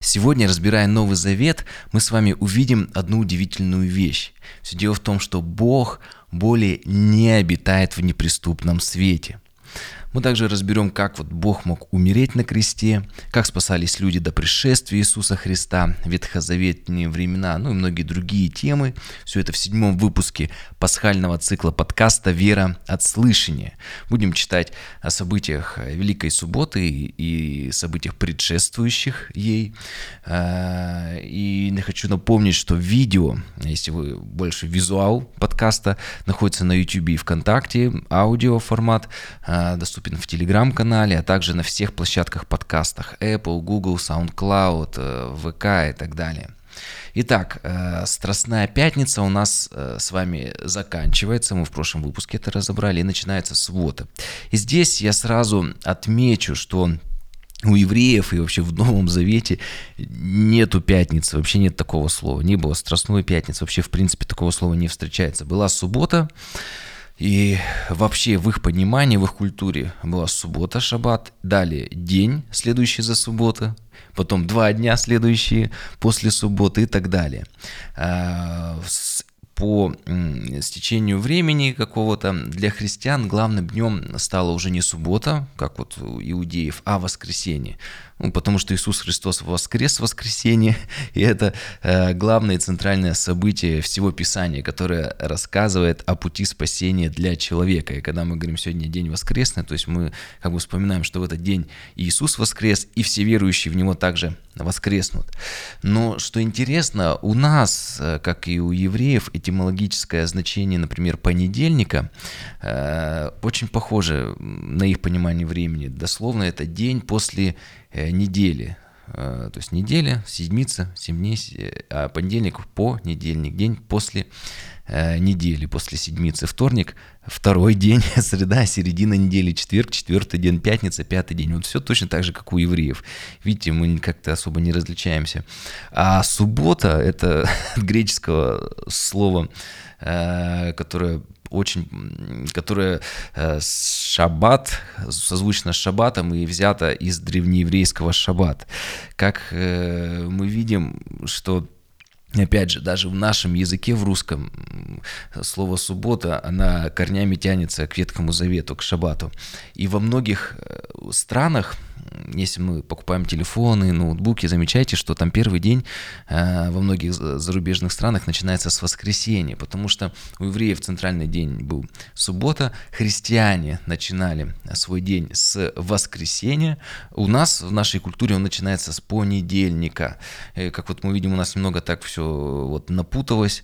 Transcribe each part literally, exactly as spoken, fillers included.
Сегодня, разбирая Новый Завет, мы с вами увидим одну удивительную вещь. Все дело в том, что Бог более не обитает в неприступном свете. Мы также разберем, как вот Бог мог умереть на кресте, как спасались люди до пришествия Иисуса Христа, ветхозаветные времена, ну и многие другие темы. Все это в седьмом выпуске пасхального цикла подкаста «Вера от слышания». Будем читать о событиях Великой Субботы и событиях, предшествующих ей. И хочу напомнить, что видео, если вы больше визуал подкаста, находится на YouTube и ВКонтакте, аудиоформат, доступен в Телеграм-канале, а также на всех площадках подкастах: Apple, Google, SoundCloud, ви кей и так далее. Итак, Страстная пятница у нас с вами заканчивается, мы в прошлом выпуске это разобрали, и начинается суббота. И здесь я сразу отмечу, что у евреев и вообще в Новом Завете нету пятницы, вообще нет такого слова, не было Страстной пятницы, вообще в принципе такого слова не встречается. Была суббота, и вообще в их понимании, в их культуре была суббота, шаббат, далее день, следующий за субботой, потом два дня, следующие после субботы и так далее. По стечению времени какого-то для христиан главным днем стала уже не суббота, как вот у иудеев, а воскресенье. Ну, потому что Иисус Христос воскрес в воскресенье, и это э, главное и центральное событие всего Писания, которое рассказывает о пути спасения для человека. И когда мы говорим сегодня день воскресный, то есть мы как бы вспоминаем, что в этот день Иисус воскрес, и все верующие в Него также воскреснут. Но что интересно, у нас, как и у евреев, этимологическое значение, например, понедельника, э, очень похоже на их понимание времени. Дословно это день после недели, то есть неделя, седмица, семь дней, а понедельник понедельник, день после недели, после седмицы, вторник, второй день, среда, середина недели, четверг, четвертый день, пятница, пятый день. Вот все точно так же, как у евреев. Видите, мы как-то особо не различаемся. А суббота — это от греческого слова, которое очень, которое шаббат, созвучно с шаббатом и взято из древнееврейского шаббат. Как мы видим, что опять же, даже в нашем языке, в русском, слово «суббота», она корнями тянется к Ветхому Завету, к шаббату. И во многих странах, если мы покупаем телефоны, ноутбуки, замечайте, что там первый день э, во многих зарубежных странах начинается с воскресенья, потому что у евреев центральный день был суббота, христиане начинали свой день с воскресенья, у нас в нашей культуре он начинается с понедельника. И, как вот мы видим, у нас немного так все вот напуталось.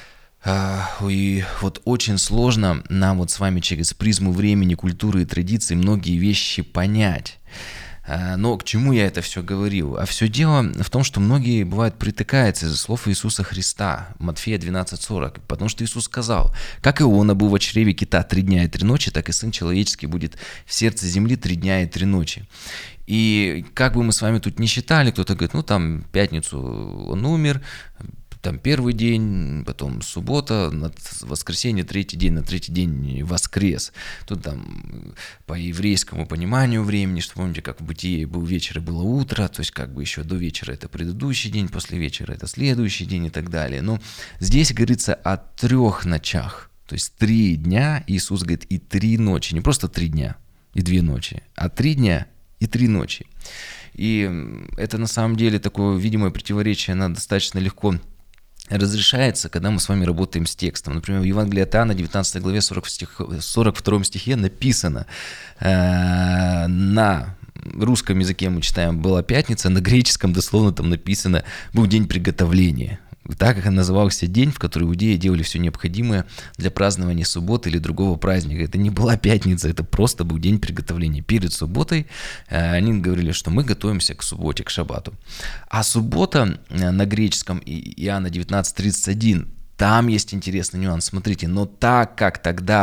И вот очень сложно нам вот с вами через призму времени, культуры и традиций многие вещи понять. Но к чему я это все говорил? А все дело в том, что многие, бывают, притыкаются из-за слов Иисуса Христа, Матфея двенадцать сорок, потому что Иисус сказал: «Как Иона был во чреве кита три дня и три ночи, так и Сын Человеческий будет в сердце земли три дня и три ночи». И как бы мы с вами тут не считали, кто-то говорит, ну там пятницу он умер, там первый день, потом суббота, на воскресенье третий день, на третий день воскрес. Тут там по еврейскому пониманию времени, что помните, как в Бытие был вечер и было утро, то есть как бы еще до вечера это предыдущий день, после вечера это следующий день и так далее. Но здесь говорится о трех ночах, то есть три дня, Иисус говорит, и три ночи, не просто три дня и две ночи, а три дня и три ночи. И это на самом деле такое видимое противоречие, оно достаточно легко разрешается, когда мы с вами работаем с текстом. Например, в Евангелии от Иоанна, девятнадцатой главе, сорок втором стихе написано, э, на русском языке мы читаем «была пятница», на греческом дословно там написано «был день приготовления». Так как назывался день, в который иудеи делали все необходимое для празднования субботы или другого праздника. Это не была пятница, это просто был день приготовления. Перед субботой они говорили, что мы готовимся к субботе, к шаббату. А суббота на греческом, Иоанна девятнадцать тридцать один, там есть интересный нюанс. Смотрите, но так как тогда была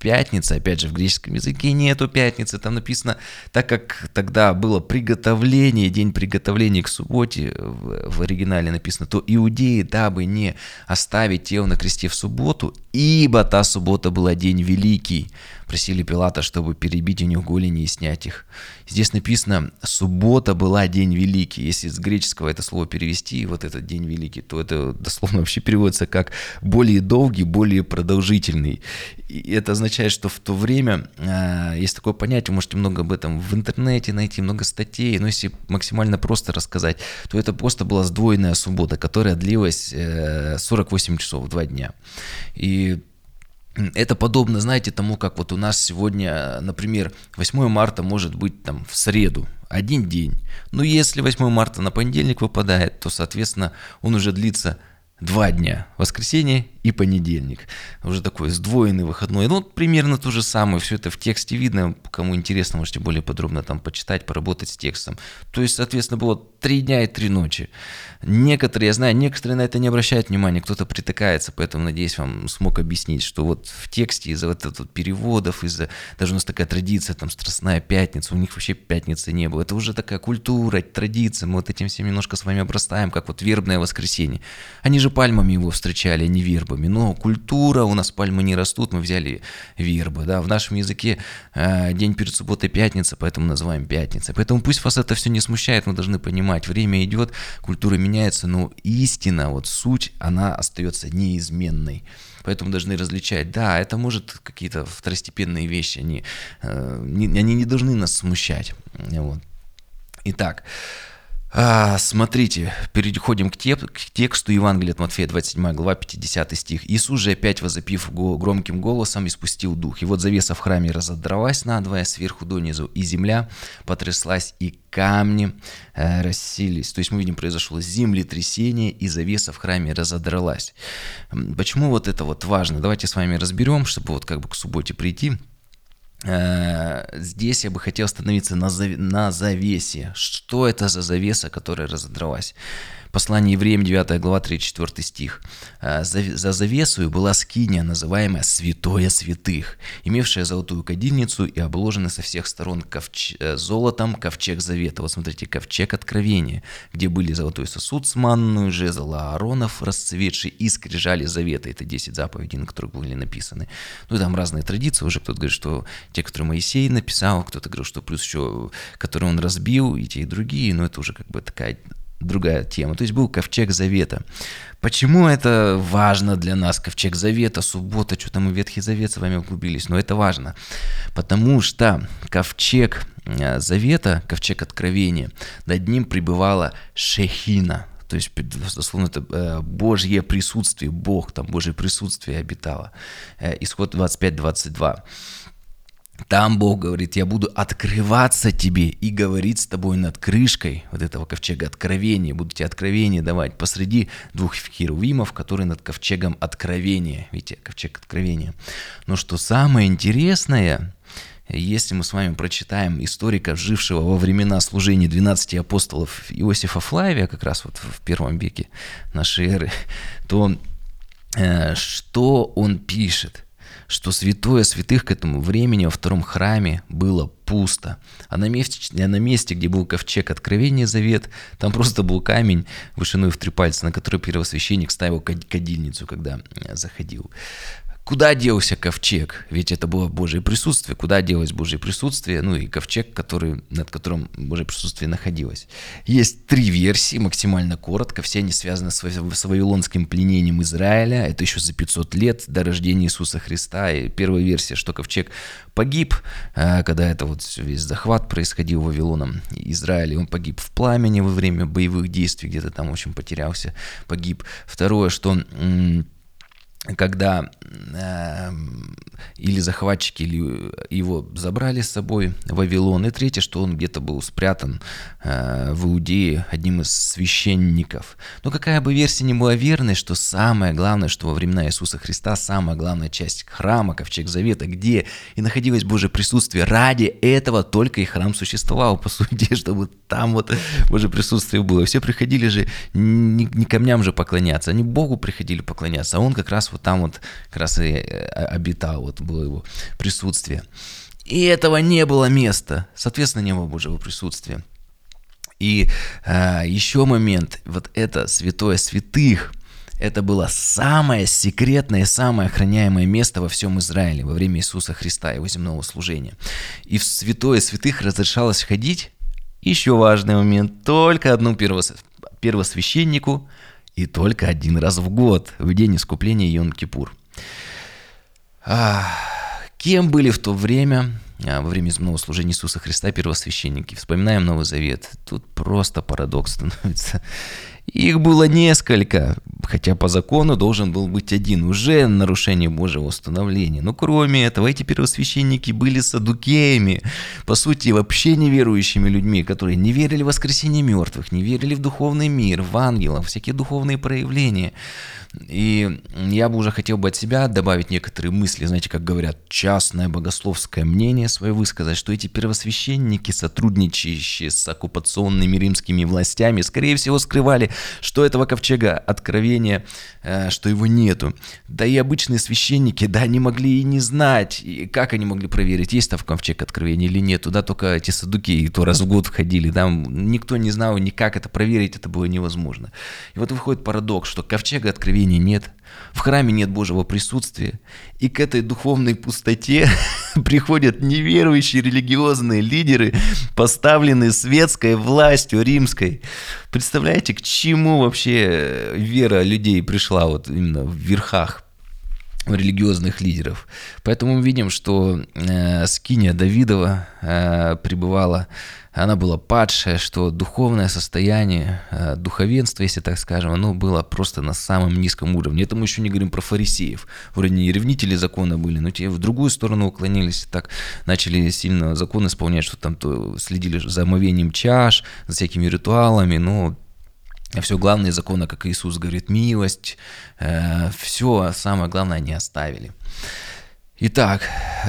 пятница, опять же, в греческом языке нету пятницы, там написано, так как тогда было приготовление, день приготовления к субботе, в, в оригинале написано, то иудеи, дабы не оставить тело на кресте в субботу, ибо та суббота была день великий, просили Пилата, чтобы перебить у них голени и снять их. Здесь написано, суббота была день великий. Если с греческого это слово перевести, вот этот день великий, то это дословно вообще переводится как более долгий, более продолжительный. И это означает, что в то время, есть такое понятие, вы можете много об этом в интернете найти, много статей, но если максимально просто рассказать, то это просто была сдвоенная суббота, которая длилась сорок восемь часов, два дня. И это подобно, знаете, тому, как вот у нас сегодня, например, восьмое марта может быть там в среду, один день. Но если восьмое марта на понедельник выпадает, то, соответственно, он уже длится два дня. Воскресенье и понедельник. Уже такой сдвоенный выходной. Ну, примерно то же самое. Все это в тексте видно. Кому интересно, можете более подробно там почитать, поработать с текстом. То есть, соответственно, было три дня и три ночи. Некоторые, я знаю, некоторые на это не обращают внимания, кто-то притыкается, поэтому, надеюсь, вам смог объяснить, что вот в тексте из-за вот этих переводов, из-за даже у нас такая традиция, там, Страстная пятница, у них вообще пятницы не было. Это уже такая культура, традиция. Мы вот этим всем немножко с вами обрастаем, как вот вербное воскресенье. Они же пальмами его встречали, а не вербами. Но культура, у нас пальмы не растут, мы взяли вербы. Да? В нашем языке э, день перед субботой пятница, поэтому называем пятницей. Поэтому пусть вас это все не смущает, мы должны понимать, время идет, культура меняется, но истина, вот суть, она остается неизменной. Поэтому должны различать. Да, это может какие-то второстепенные вещи, они, э, не, они не должны нас смущать. Вот. Итак, А, смотрите, переходим к, теп- к тексту Евангелия от Матфея, двадцать седьмая глава, пятидесятый стих. «Иисус же, опять возопив го- громким голосом, испустил дух. И вот завеса в храме разодралась надвое, сверху донизу, и земля потряслась, и камни э, рассеялись». То есть мы видим, произошло землетрясение, и завеса в храме разодралась. Почему вот это вот важно? Давайте с вами разберем, чтобы вот как бы к субботе прийти. Здесь я бы хотел остановиться на, зав... на завесе. Что это за завеса, которая разодралась? Послание Евреям, девятая глава, тридцать четвёртый стих. «За, за завесою была скиния, называемая Святое Святых, имевшая золотую кадильницу и обложенный со всех сторон ковч... золотом ковчег завета». Вот смотрите, ковчег откровения, где были золотой сосуд с манную, жезл Ааронов, расцветший, и скрижали завета. Это десять заповедей, на которых были написаны. Ну и там разные традиции. Уже кто-то говорит, что те, которые Моисей написал, кто-то говорил, что плюс еще, которые он разбил, и те, и другие. Но это уже как бы такая другая тема. То есть был ковчег завета. Почему это важно для нас? Ковчег завета, суббота, что-то мы в Ветхий Завет с вами углубились, но это важно. Потому что ковчег завета, ковчег откровения, над ним пребывала Шехина. То есть, дословно, это Божье присутствие, Бог, там Божье присутствие обитало. Исход двадцать пять двадцать два. Там Бог говорит: я буду открываться тебе и говорить с тобой над крышкой вот этого ковчега откровения. Буду тебе откровение давать посреди двух херувимов, которые над ковчегом откровения. Видите, ковчег откровения. Но что самое интересное, если мы с вами прочитаем историка, жившего во времена служения двенадцати апостолов Иосифа Флавия, как раз вот в первом веке нашей эры, то э, что он пишет? Что святое святых к этому времени во втором храме было пусто. А на месте, на месте, где был ковчег откровения завет, там просто был камень вышиной в три пальца, на который первосвященник ставил кадильницу, когда заходил. Куда делся ковчег? Ведь это было Божье присутствие. Куда делось Божье присутствие? Ну и ковчег, который, над которым Божье присутствие находилось. Есть три версии, максимально коротко. Все они связаны с вавилонским пленением Израиля. Это еще за пятьсот лет до рождения Иисуса Христа. И первая версия, что ковчег погиб, когда это вот весь захват происходил Вавилоном Израиля. Он погиб в пламени во время боевых действий, где-то там, в общем, потерялся, погиб. Второе, что когда э, или захватчики или его забрали с собой в Вавилон. И третье, что он где-то был спрятан э, в Иудее одним из священников. Но какая бы версия ни была верной, что самое главное, что во времена Иисуса Христа самая главная часть храма, ковчег завета, где и находилось Божье присутствие, ради этого только и храм существовал, по сути, чтобы там вот Божье присутствие было. Все приходили же не, не камням же поклоняться, они Богу приходили поклоняться, а он как раз вот там вот как раз и обитал, вот было его присутствие. И этого не было места, соответственно, не было Божьего присутствия. И э, еще момент, вот это святое святых, это было самое секретное, самое охраняемое место во всем Израиле во время Иисуса Христа, его земного служения. И в святое святых разрешалось входить, еще важный момент, только одному первос... первосвященнику и только один раз в год, в день искупления Йом-Кипур. А, кем были в то время... во время земного служения Иисуса Христа первосвященники? Вспоминаем Новый Завет. Тут просто парадокс становится. Их было несколько, хотя по закону должен был быть один. Уже нарушение Божьего установления. Но кроме этого, эти первосвященники были саддукеями, по сути, вообще неверующими людьми, которые не верили в воскресение мертвых, не верили в духовный мир, в ангелов, всякие духовные проявления. И я бы уже хотел бы от себя добавить некоторые мысли, знаете, как говорят, частное богословское мнение свое высказать, что эти первосвященники, сотрудничающие с оккупационными римскими властями, скорее всего, скрывали, что этого ковчега откровения, что его нету. Да и обычные священники, да, они могли и не знать, и как они могли проверить, есть там ковчег откровения или нету, да, только эти саддукеи, то раз в год входили, да, никто не знал, никак это проверить, это было невозможно. И вот выходит парадокс, что ковчега откровения нет, в храме нет Божьего присутствия, и к этой духовной пустоте приходят неверующие религиозные лидеры, поставленные светской властью римской. Представляете, к чему вообще вера людей пришла вот именно в верхах религиозных лидеров. Поэтому мы видим, что э, скиния Давидова э, пребывала, она была падшая, что духовное состояние, э, духовенство, если так скажем, оно было просто на самом низком уровне. Это мы еще не говорим про фарисеев. Вроде не ревнители закона были, но те в другую сторону уклонились, так начали сильно закон исполнять, что там то следили за омовением чаш, за всякими ритуалами, но а все главное закона, как Иисус говорит, милость, э, все самое главное они оставили. Итак,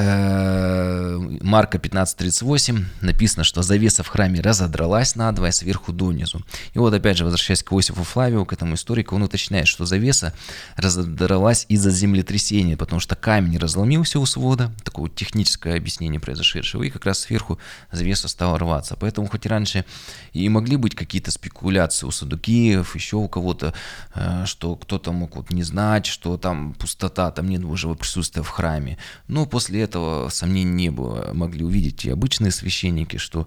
Марка пятнадцать тридцать восемь написано, что завеса в храме разодралась надвое сверху донизу. И вот опять же, возвращаясь к Иосифу Флавию, к этому историку, он уточняет, что завеса разодралась из-за землетрясения, потому что камень разломился у свода, такое техническое объяснение произошедшего, и как раз сверху завеса стала рваться. Поэтому хоть и раньше и могли быть какие-то спекуляции у саддукеев, еще у кого-то, что кто-то мог вот не знать, что там пустота, там нет Божьего присутствия в храме. Но после этого сомнений не было. Могли увидеть и обычные священники, что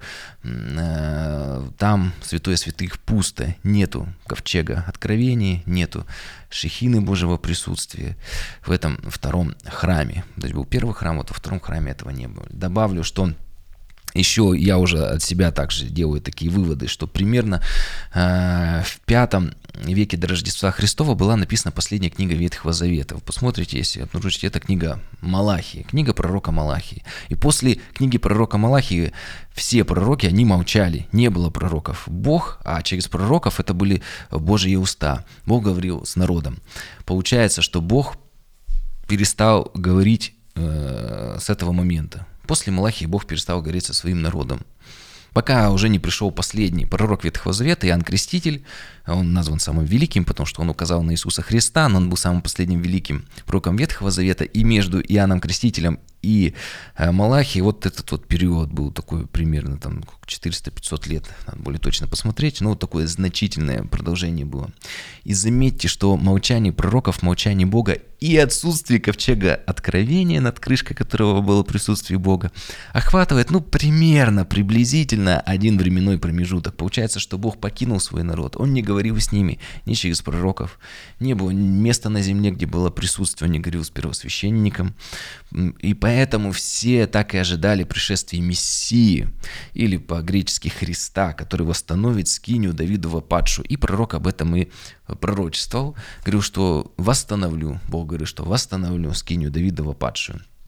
э, там святое святых пусто, нету ковчега откровений, нету шехины Божьего присутствия в этом втором храме. То есть был первый храм, вот во втором храме этого не было. Добавлю, что еще я уже от себя также делаю такие выводы, что примерно э, в пятом веке до Рождества Христова была написана последняя книга Ветхого Завета. Вы посмотрите, если обнаружите, это книга Малахии, книга пророка Малахии. И после книги пророка Малахии все пророки, они молчали, не было пророков. Бог, а через пророков это были Божьи уста. Бог говорил с народом. Получается, что Бог перестал говорить э, с этого момента. После Малахии Бог перестал говорить со своим народом. Пока уже не пришел последний пророк Ветхого Завета, Иоанн Креститель. Он назван самым великим, потому что он указал на Иисуса Христа, но он был самым последним великим пророком Ветхого Завета. И между Иоанном Крестителем и Малахией вот этот вот период был такой примерно там четыреста-пятьсот лет, надо более точно посмотреть, но вот такое значительное продолжение было. И заметьте, что молчание пророков, молчание Бога и отсутствие ковчега откровения, над крышкой которого было присутствие Бога, охватывает, ну, примерно, приблизительно один временной промежуток. Получается, что Бог покинул свой народ, Он не говорил с ними ни через пророков, не было места на земле, где было присутствие, Он не говорил с первосвященником, и поэтому все так и ожидали пришествия Мессии, или по-гречески Христа, который восстановит скинию Давидова падшую. И пророк об этом и пророчествовал. Говорил, что восстановлю, Бог говорит, что восстановлю скинию Давидова падшую.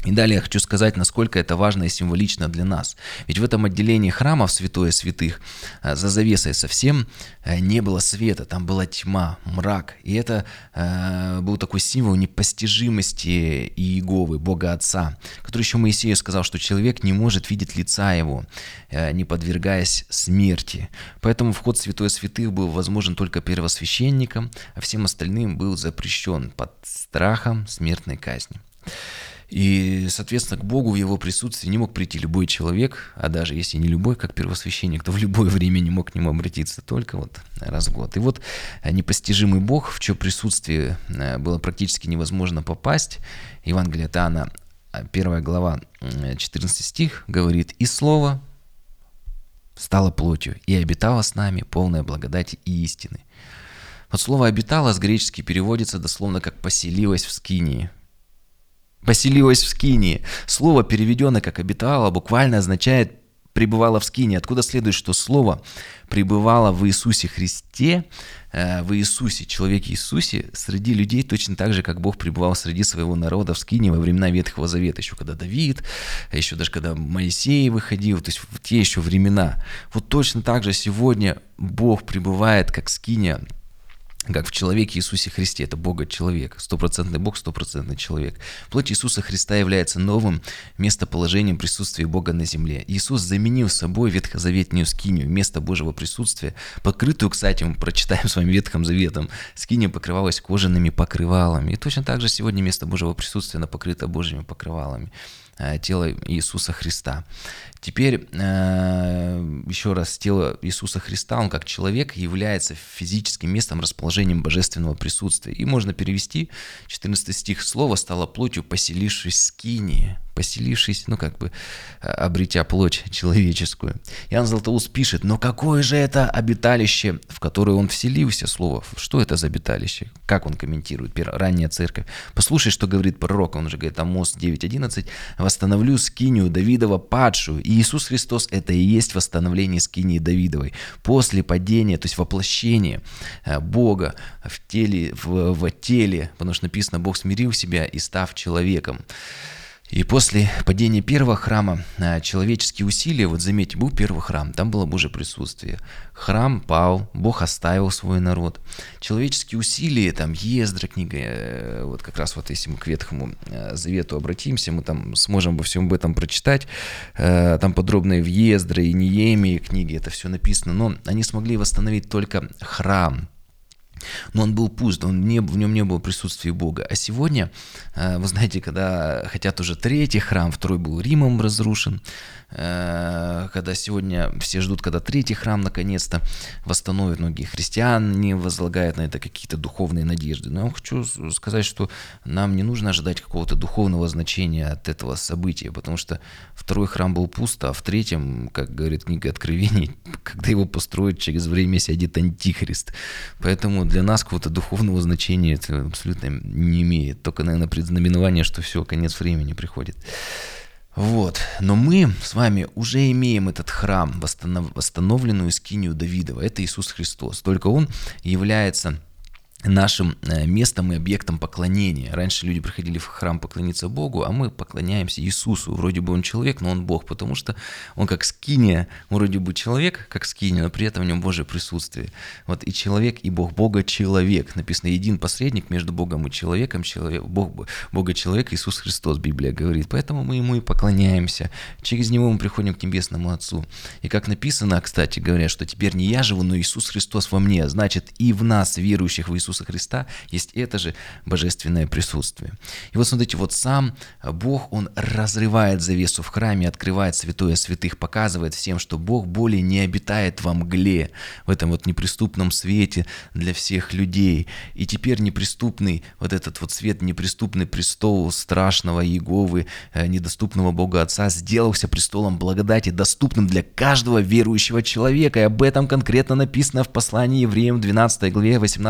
И далее я хочу сказать, насколько это важно и символично для нас. Ведь в этом отделении храма, в святое святых, за завесой совсем не было света, там была тьма, мрак. И это э, был такой символ непостижимости Иеговы, Бога Отца, который еще Моисею сказал, что человек не может видеть лица его, э, не подвергаясь смерти. Поэтому вход в святое святых был возможен только первосвященникам, а всем остальным был запрещен под страхом смертной казни. И, соответственно, к Богу в его присутствии не мог прийти любой человек, а даже если не любой, как первосвященник, то в любое время не мог к нему обратиться, только вот раз в год. И вот непостижимый Бог, в чье присутствие было практически невозможно попасть, Евангелие от Иоанна, первая глава, четырнадцатый стих, говорит: «И Слово стало плотью, и обитало с нами, полное благодати и истины». Вот слово «обитало» с гречески переводится дословно как «поселилось в скинии». Поселилась в скинии. Слово, переведенное как «обитало», буквально означает «пребывало в скинии». Откуда следует, что слово пребывало в Иисусе Христе, в Иисусе, человеке Иисусе, среди людей, точно так же, как Бог пребывал среди своего народа в скинии во времена Ветхого Завета, еще когда Давид, еще даже когда Моисей выходил, то есть в те еще времена. Вот точно так же сегодня Бог пребывает как скиния, как в человеке Иисусе Христе. Это Бога-человек, стопроцентный Бог, стопроцентный человек. Плоть Иисуса Христа является новым местоположением присутствия Бога на земле. Иисус заменил собой ветхозаветную скинию, место Божьего присутствия, покрытую, кстати, мы прочитаем с вами Ветхим Заветом, скиния покрывалась кожаными покрывалами. И точно так же сегодня место Божьего присутствия покрыто Божьими покрывалами. Тело Иисуса Христа. Теперь э, еще раз, тело Иисуса Христа, он как человек является физическим местом, расположением божественного присутствия. И можно перевести четырнадцатый стих: «Слово стало плотью, поселившись в скинии». Поселившись, ну как бы обретя плоть человеческую. Иоанн Златоуст пишет: «Но какое же это обиталище, в которое он вселился?» Слово. Что это за обиталище? Как он комментирует? Ранняя церковь. Послушай, что говорит пророк. Он же говорит, Амос девять одиннадцать: «Восстановлю скинию Давидова падшую». И Иисус Христос — это и есть восстановление скинии Давидовой. После падения, то есть воплощения Бога в теле, в, в теле, потому что написано: «Бог смирил себя и став человеком». И после падения первого храма человеческие усилия, вот заметьте, был первый храм, там было Божье присутствие. Храм пал, Бог оставил свой народ. Человеческие усилия, там Ездра книга, вот как раз вот если мы к Ветхому Завету обратимся, мы там сможем обо всем об этом прочитать. Там подробно и в Ездре, и Неемии книге это все написано, но они смогли восстановить только храм. Но он был пуст, он не, в нем не было присутствия Бога. А сегодня, вы знаете, когда хотят уже третий храм, второй был Римом разрушен, когда сегодня все ждут, когда третий храм наконец-то восстановят, многие христиане возлагают на это какие-то духовные надежды. Но я хочу сказать, что нам не нужно ожидать какого-то духовного значения от этого события, потому что второй храм был пуст, а в третьем, как говорит книга Откровений, когда его построят, через время сядет Антихрист. Поэтому для нас какого-то духовного значения это абсолютно не имеет. Только, наверное, предзнаменование, что все, конец времени приходит. Вот. Но мы с вами уже имеем этот храм, восстановленную скинию Давидова. Это Иисус Христос. Только Он является нашим местом и объектом поклонения. Раньше люди приходили в храм поклониться Богу, а мы поклоняемся Иисусу. Вроде бы Он человек, но Он Бог, потому что Он как скиния, вроде бы человек, как скиния, но при этом в нем Божье присутствие. Вот и человек, и Бог, Бога человек. Написано: един посредник между Богом и человеком, человек, Бог, Бога человек, Иисус Христос, Библия говорит. Поэтому мы Ему и поклоняемся. Через Него мы приходим к Небесному Отцу. И как написано, кстати говоря, что теперь не я живу, но Иисус Христос во мне. Значит, и в нас, верующих в Иисуса Иисуса Христа, есть это же божественное присутствие. И вот смотрите, вот сам Бог, Он разрывает завесу в храме, открывает святое святых, показывает всем, что Бог более не обитает во мгле, в этом вот неприступном свете для всех людей. И теперь неприступный вот этот вот свет, неприступный престол страшного Иеговы, недоступного Бога Отца, сделался престолом благодати, доступным для каждого верующего человека. И об этом конкретно написано в послании евреям в двенадцатой главе, восемнадцатом стихе.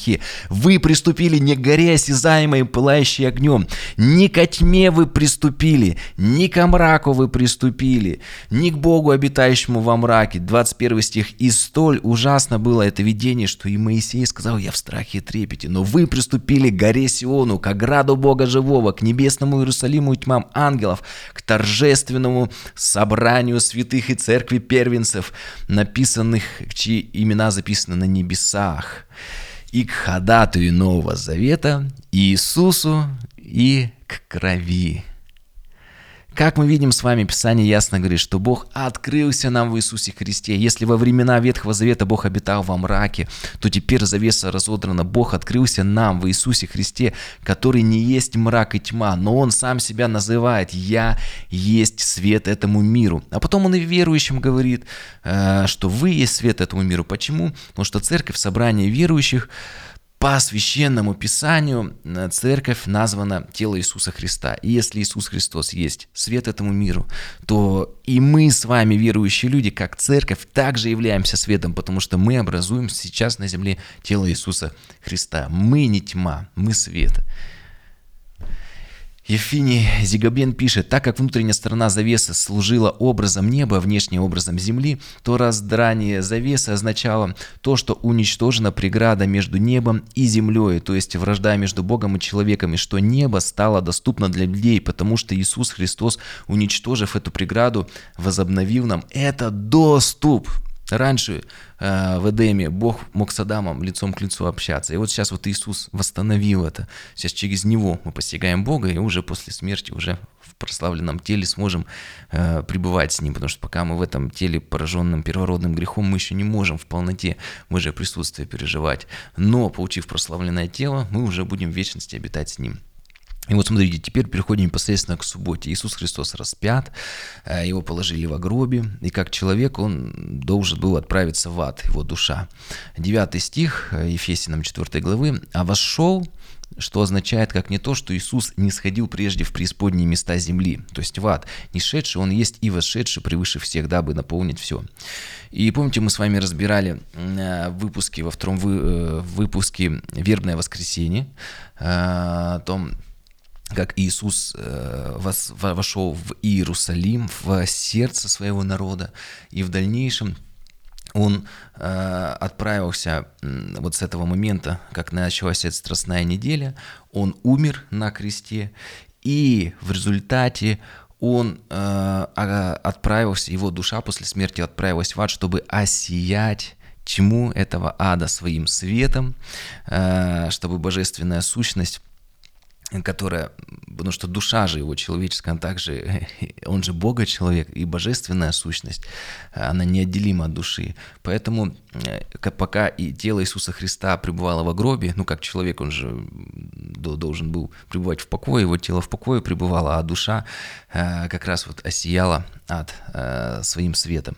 стихе. «Вы приступили не к горе осязаемой, пылающей огнем, не ко тьме вы приступили, не ко мраку вы приступили, не к Богу, обитающему во мраке». двадцать первый стих. «И столь ужасно было это видение, что и Моисей сказал: я в страхе и трепете. Но вы приступили к горе Сиону, к ограду Бога живого, к небесному Иерусалиму и тьмам ангелов, к торжественному собранию святых и церкви первенцев, написанных, чьи имена записаны на небесах, и к ходатаю Нового Завета, Иисусу и к крови». Как мы видим с вами, Писание ясно говорит, что Бог открылся нам в Иисусе Христе. Если во времена Ветхого Завета Бог обитал во мраке, то теперь завеса разодрана. Бог открылся нам в Иисусе Христе, который не есть мрак и тьма, но Он сам себя называет: «Я есть свет этому миру». А потом Он и верующим говорит, что вы есть свет этому миру. Почему? Потому что церковь, собрание верующих, по Священному Писанию церковь названа тело Иисуса Христа. И если Иисус Христос есть свет этому миру, то и мы с вами, верующие люди, как церковь, также являемся светом, потому что мы образуем сейчас на земле тело Иисуса Христа. Мы не тьма, мы свет. Евфиний Зигабен пишет: «Так как внутренняя сторона завесы служила образом неба, а внешне образом земли, то раздрание завесы означало то, что уничтожена преграда между небом и землей, то есть вражда между Богом и человеком, и что небо стало доступно для людей, потому что Иисус Христос, уничтожив эту преграду, возобновил нам этот доступ». Раньше э, в Эдеме Бог мог с Адамом лицом к лицу общаться. И вот сейчас вот Иисус восстановил это. Сейчас через Него мы постигаем Бога, и уже после смерти, уже в прославленном теле сможем э, пребывать с Ним. Потому что пока мы в этом теле, пораженном первородным грехом, мы еще не можем в полноте Божье присутствие переживать. Но, получив прославленное тело, мы уже будем в вечности обитать с Ним. И вот смотрите, теперь переходим непосредственно к субботе. Иисус Христос распят, Его положили во гробе, и как человек Он должен был отправиться в ад, Его душа. Девятый стих Ефесянам четвёртой главы. «А вошел», что означает как не то, что Иисус не сходил прежде в преисподние места земли, то есть в ад. Не шедший, Он есть и вошедший превыше всех, дабы наполнить все. И помните, мы с вами разбирали в выпуске, во втором выпуске «Вербное воскресенье», о том, как Иисус вошел в Иерусалим, в сердце своего народа, и в дальнейшем Он отправился вот с этого момента, как началась эта страстная неделя, Он умер на кресте, и в результате Он отправился, Его душа после смерти отправилась в ад, чтобы осиять тьму этого ада своим светом, чтобы божественная сущность, которая, потому что душа же его человеческая, он также, он же Бога-человек, и божественная сущность, она неотделима от души. Поэтому пока и тело Иисуса Христа пребывало во гробе, ну как человек, он же должен был пребывать в покое, его тело в покое пребывало, а душа как раз вот осияла ад своим светом.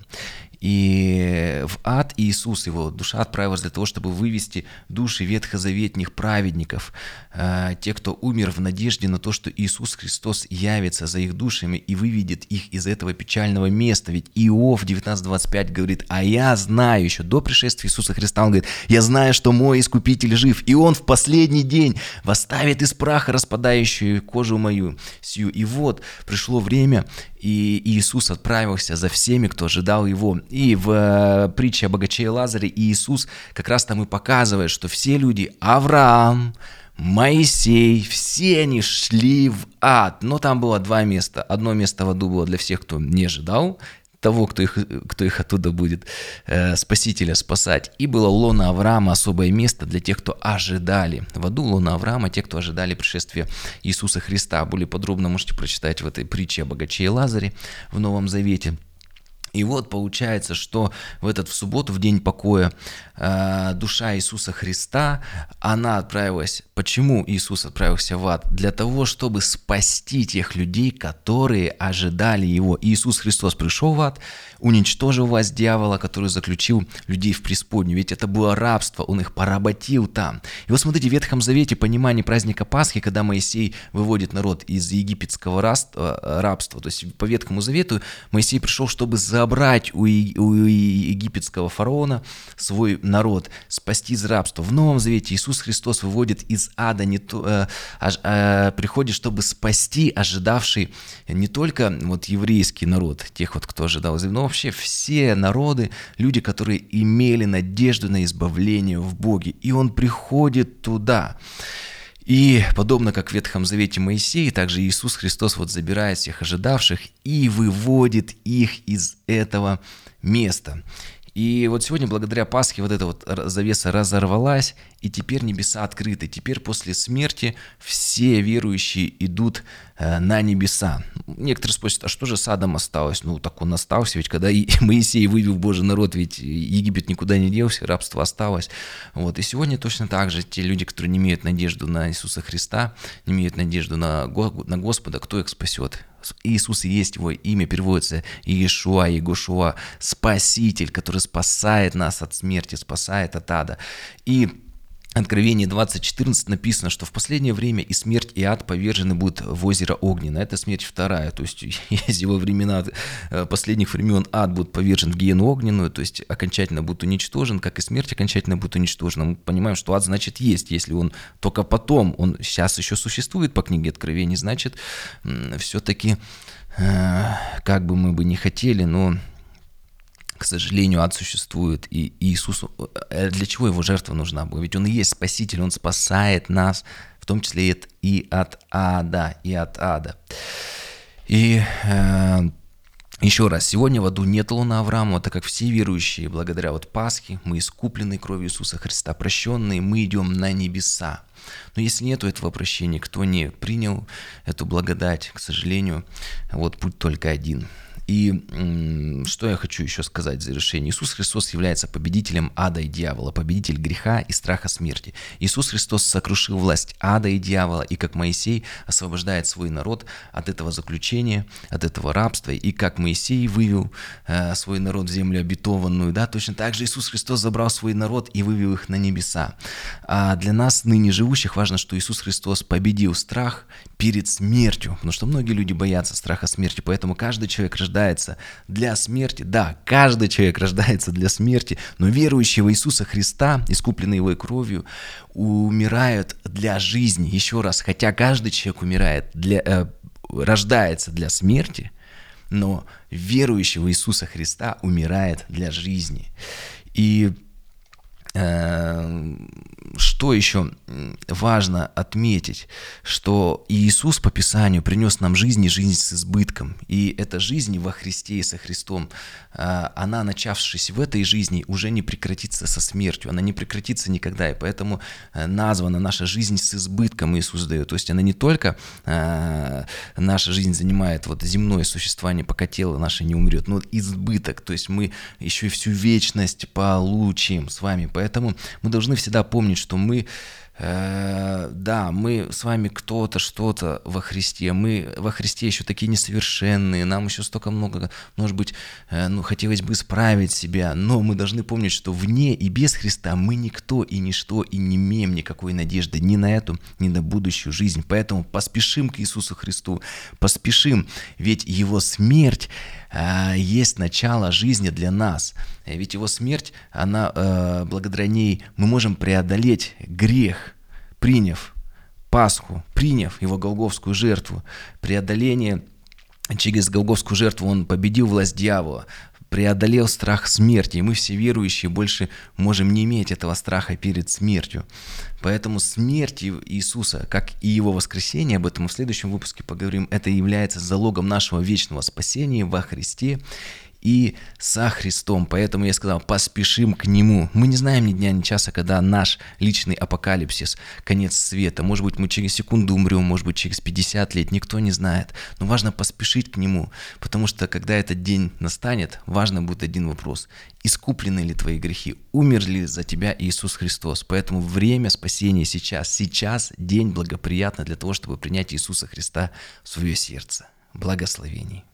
И в ад Иисус, его душа, отправилась для того, чтобы вывести души ветхозаветных праведников, те, кто умер в надежде на то, что Иисус Христос явится за их душами и выведет их из этого печального места. Ведь Иов девятнадцать двадцать пять говорит: «А я знаю», еще до пришествия Иисуса Христа, он говорит: «Я знаю, что мой Искупитель жив, и Он в последний день восставит из праха распадающую кожу мою сию». И вот пришло время, и Иисус отправился за всеми, кто ожидал Его. И в притче о богаче и Лазаре Иисус как раз там и показывает, что все люди, Авраам, Моисей, все они шли в ад. Но там было два места. Одно место в аду было для всех, кто не ожидал того, кто их, кто их оттуда будет э, Спасителя спасать. И было лоно Авраама, особое место для тех, кто ожидали. В аду лоно Авраама, те, кто ожидали пришествия Иисуса Христа. Более подробно можете прочитать в этой притче о богаче и Лазаре в Новом Завете. И вот получается, что в этот в субботу, в день покоя, душа Иисуса Христа, она отправилась. Почему Иисус отправился в ад? Для того, чтобы спасти тех людей, которые ожидали Его. Иисус Христос пришел в ад, уничтожил власть дьявола, который заключил людей в преисподнюю. Ведь это было рабство, Он их поработил там. И вот смотрите, в Ветхом Завете понимание праздника Пасхи, когда Моисей выводит народ из египетского рабства, то есть по Ветхому Завету Моисей пришел, чтобы за отобрать у, е- у египетского фараона свой народ, спасти из рабства. В Новом Завете Иисус Христос выводит из ада, не то, э, аж, э, приходит, чтобы спасти ожидавший не только вот еврейский народ, тех вот, кто ожидал, но вообще все народы, люди, которые имели надежду на избавление в Боге. И Он приходит туда. И подобно как в Ветхом Завете Моисей, также Иисус Христос вот забирает всех ожидавших и выводит их из этого места. И вот сегодня благодаря Пасхе вот эта вот завеса разорвалась, и теперь небеса открыты. Теперь после смерти все верующие идут э, на небеса. Некоторые спросят, а что же с Адом осталось? Ну, так он остался, ведь когда и Моисей вывел Божий народ, ведь Египет никуда не делся, рабство осталось. Вот. И сегодня точно так же те люди, которые не имеют надежду на Иисуса Христа, не имеют надежду на, на Господа, кто их спасет? Иисус и есть его имя, переводится Иешуа, Егошуа, Спаситель, который спасает нас от смерти, спасает от ада. И Откровение двадцать четырнадцать написано, что в последнее время и смерть, и ад повержены будут в озеро Огненное. Это смерть вторая, то есть если во времена последних времен ад будет повержен в гиену огненную, то есть окончательно будет уничтожен, как и смерть окончательно будет уничтожена. Мы понимаем, что ад значит есть, если он только потом, он сейчас еще существует по книге Откровений, значит все-таки, как бы мы бы не хотели, но... К сожалению, ад существует, и Иисусу, для чего его жертва нужна была? Ведь Он и есть Спаситель, Он спасает нас, в том числе и от ада, и от ада. И э, еще раз, сегодня в аду нет луна Авраама, так как все верующие, благодаря вот Пасхе, мы искуплены кровью Иисуса Христа, прощенные, мы идем на небеса. Но если нету этого прощения, кто не принял эту благодать, к сожалению, вот путь только один. И м, что я хочу еще сказать в завершении. Иисус Христос является победителем ада и дьявола, победитель греха и страха смерти. Иисус Христос сокрушил власть ада и дьявола, и как Моисей освобождает свой народ от этого заключения, от этого рабства, и как Моисей вывел э, свой народ в землю обетованную, да, точно так же Иисус Христос забрал свой народ и вывел их на небеса. А для нас, ныне живущих, важно, что Иисус Христос победил страх перед смертью, потому что многие люди боятся страха смерти, поэтому каждый человек рождается для смерти. Да, каждый человек рождается для смерти, но верующие в Иисуса Христа, искупленные Его кровью, умирают для жизни. Еще раз, хотя каждый человек умирает для, э, рождается для смерти, но верующий в Иисуса Христа умирает для жизни. И э, что еще важно отметить, что Иисус по Писанию принес нам жизнь и жизнь с избытком. И эта жизнь во Христе и со Христом, она, начавшись в этой жизни, уже не прекратится со смертью, она не прекратится никогда. И поэтому названа наша жизнь с избытком Иисус дает. То есть она не только наша жизнь занимает вот земное существование, пока тело наше не умрет, но избыток. То есть мы еще и всю вечность получим с вами. Поэтому мы должны всегда помнить, что мы, э, да, мы с вами кто-то, что-то во Христе, мы во Христе еще такие несовершенные, нам еще столько много, может быть, э, ну, хотелось бы исправить себя, но мы должны помнить, что вне и без Христа мы никто и ничто, и не имеем никакой надежды ни на эту, ни на будущую жизнь. Поэтому поспешим к Иисусу Христу, поспешим, ведь Его смерть э, есть начало жизни для нас. Ведь Его смерть, она, э, благодаря ней мы можем преодолеть грех, приняв Пасху, приняв Его голгофскую жертву. Преодоление через голгофскую жертву Он победил власть дьявола, преодолел страх смерти, и мы все верующие больше можем не иметь этого страха перед смертью. Поэтому смерть Иисуса, как и Его воскресение, об этом мы в следующем выпуске поговорим, это является залогом нашего вечного спасения во Христе и со Христом. Поэтому я сказал, поспешим к Нему. Мы не знаем ни дня, ни часа, когда наш личный апокалипсис, конец света. Может быть, мы через секунду умрем, может быть, через пятьдесят лет, никто не знает. Но важно поспешить к Нему, потому что, когда этот день настанет, важно будет один вопрос. Искуплены ли твои грехи? Умер ли за тебя Иисус Христос? Поэтому время спасения сейчас. Сейчас день благоприятный для того, чтобы принять Иисуса Христа в свое сердце. Благословений.